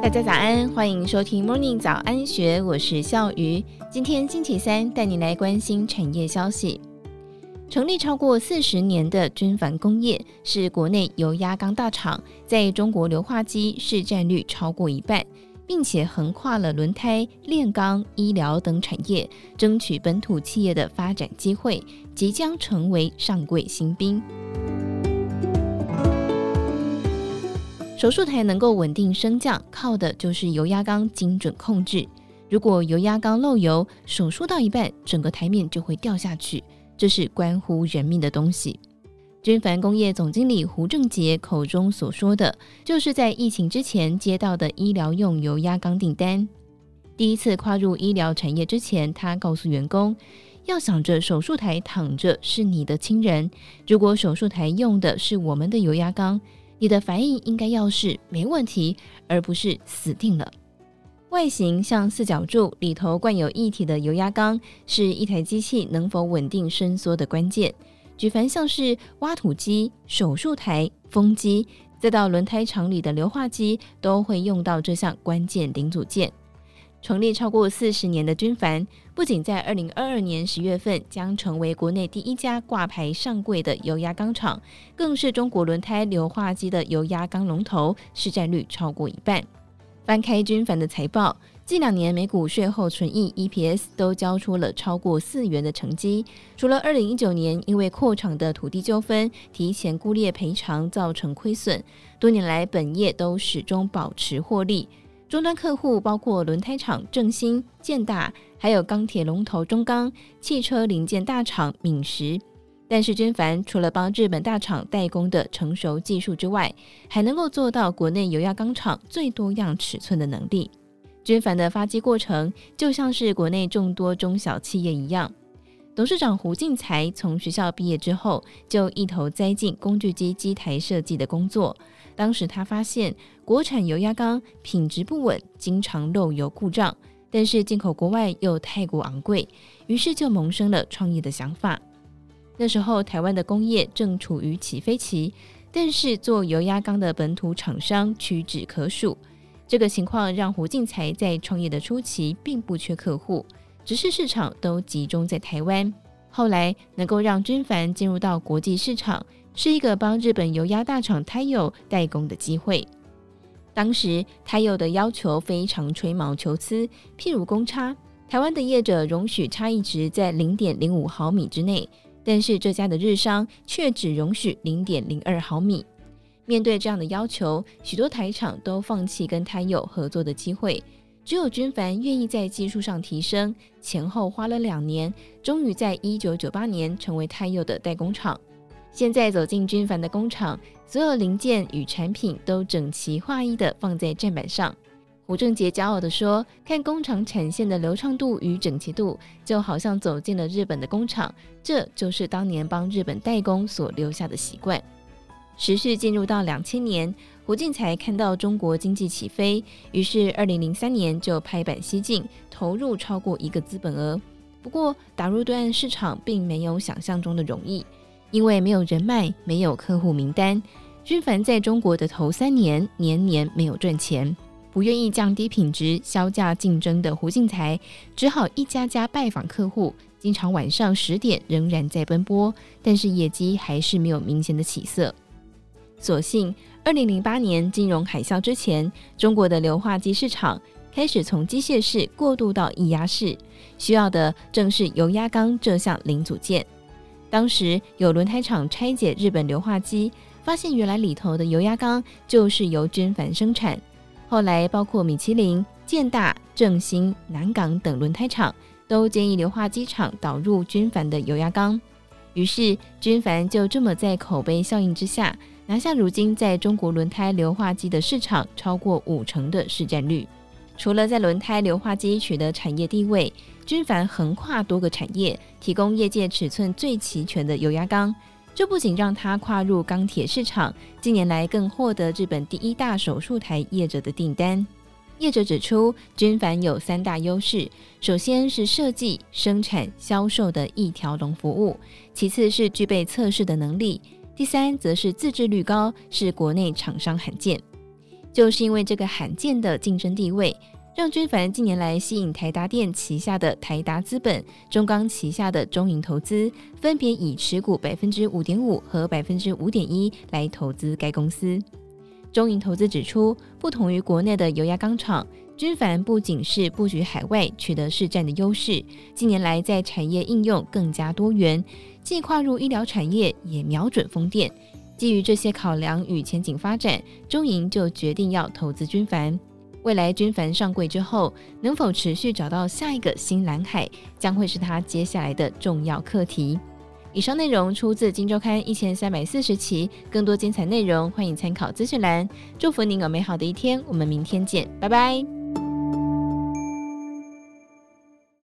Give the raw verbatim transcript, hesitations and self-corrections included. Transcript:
大家早安，欢迎收听 Morning 早安学，我是笑瑜。今天星期三，带你来关心产业消息。成立超过四十年的军帆工业是国内油压缸大厂，在中国硫化机市占率超过一半，并且横跨了轮胎、炼钢、医疗等产业，争取本土企业的发展机会，即将成为上柜新兵。手术台能够稳定升降，靠的就是油压缸精准控制。如果油压缸漏油，手术到一半，整个台面就会掉下去，这是关乎人命的东西。军帆工业总经理胡正杰口中所说的，就是在疫情之前接到的医疗用油压缸订单。第一次跨入医疗产业之前，他告诉员工，要想着手术台躺着是你的亲人，如果手术台用的是我们的油压缸，你的反应应该要是没问题，而不是死定了。外形像四角柱，里头灌有液体的油压缸，是一台机器能否稳定伸缩的关键。举凡像是挖土机、手术台、风机，再到轮胎厂里的硫化机，都会用到这项关键零组件。成立超过四十年的军帆，不仅在二零二二年十月份将成为国内第一家挂牌上柜的油压缸厂，更是中国轮胎硫化机的油压缸龙头，市占率超过一半。翻开军帆的财报，近两年每股税后纯益 E P S 都交出了超过四元的成绩。除了二零一九年因为扩厂的土地纠纷提前估列赔偿造成亏损，多年来本业都始终保持获利。终端客户包括轮胎厂正兴、建大，还有钢铁龙头中钢、汽车零件大厂敏实。但是军帆除了帮日本大厂代工的成熟技术之外，还能够做到国内油压缸厂最多样尺寸的能力。军帆的发机过程就像是国内众多中小企业一样，董事长胡进才从学校毕业之后，就一头栽进工具机机台设计的工作。当时他发现国产油压缸品质不稳，经常漏油故障，但是进口国外又太过昂贵，于是就萌生了创业的想法。那时候台湾的工业正处于起飞期，但是做油压缸的本土厂商屈指可数。这个情况让胡进才在创业的初期并不缺客户，只是市场都集中在台湾。后来能够让军帆进入到国际市场，是一个帮日本油压大厂胎友代工的机会。当时胎友的要求非常吹毛求疵，譬如公差，台湾的业者容许差异值在 零点零五毫米之内，但是这家的日商却只容许 零点零二毫米。面对这样的要求，许多台厂都放弃跟胎友合作的机会，只有军帆愿意在技术上提升，前后花了两年，终于在一九九八年成为胎友的代工厂。现在走进军帆的工厂，所有零件与产品都整齐划一地放在站板上。胡正杰骄傲地说，看工厂产线的流畅度与整齐度，就好像走进了日本的工厂，这就是当年帮日本代工所留下的习惯。时序进入到两千年，胡进才看到中国经济起飞，于是二零零三年就拍板西进，投入超过一个资本额。不过打入对岸市场并没有想象中的容易，因为没有人脉，没有客户名单。军帆在中国的头三年年年没有赚钱，不愿意降低品质销价竞争的胡进才只好一家家拜访客户，经常晚上十点仍然在奔波，但是业绩还是没有明显的起色。所幸二零零八年金融海啸之前，中国的硫化机市场开始从机械式过渡到液压式，需要的正是油压缸这项零组件。当时有轮胎厂拆解日本硫化机，发现原来里头的油压缸就是由军帆生产。后来包括米其林、建大、正兴、南港等轮胎厂都建议硫化机厂导入军帆的油压缸，于是军帆就这么在口碑效应之下，拿下如今在中国轮胎硫化机的市场超过五成的市占率。除了在轮胎硫化机取得产业地位，军帆横跨多个产业，提供业界尺寸最齐全的油压缸。这不仅让它跨入钢铁市场，近年来更获得日本第一大手术台业者的订单。业者指出，军帆有三大优势，首先是设计、生产、销售的一条龙服务，其次是具备测试的能力，第三则是自制率高，是国内厂商罕见。 就是因为这个罕见的竞争地位，让君凡近年来吸引台达电旗下的台达资本、中钢旗下的中银投资，分别以持股 百分之五点五 和 百分之五点一 来投资该公司。中银投资指出，不同于国内的油压钢厂，君凡不仅是布局海外取得市占的优势，近年来在产业应用更加多元，既跨入医疗产业，也瞄准风电。基于这些考量与前景发展，中银就决定要投资君凡。未来君凡上柜之后，能否持续找到下一个新蓝海，将会是他接下来的重要课题。以上内容出自《今周刊》一千三百四十期，更多精彩内容欢迎参考资讯栏。祝福您有美好的一天，我们明天见，拜拜。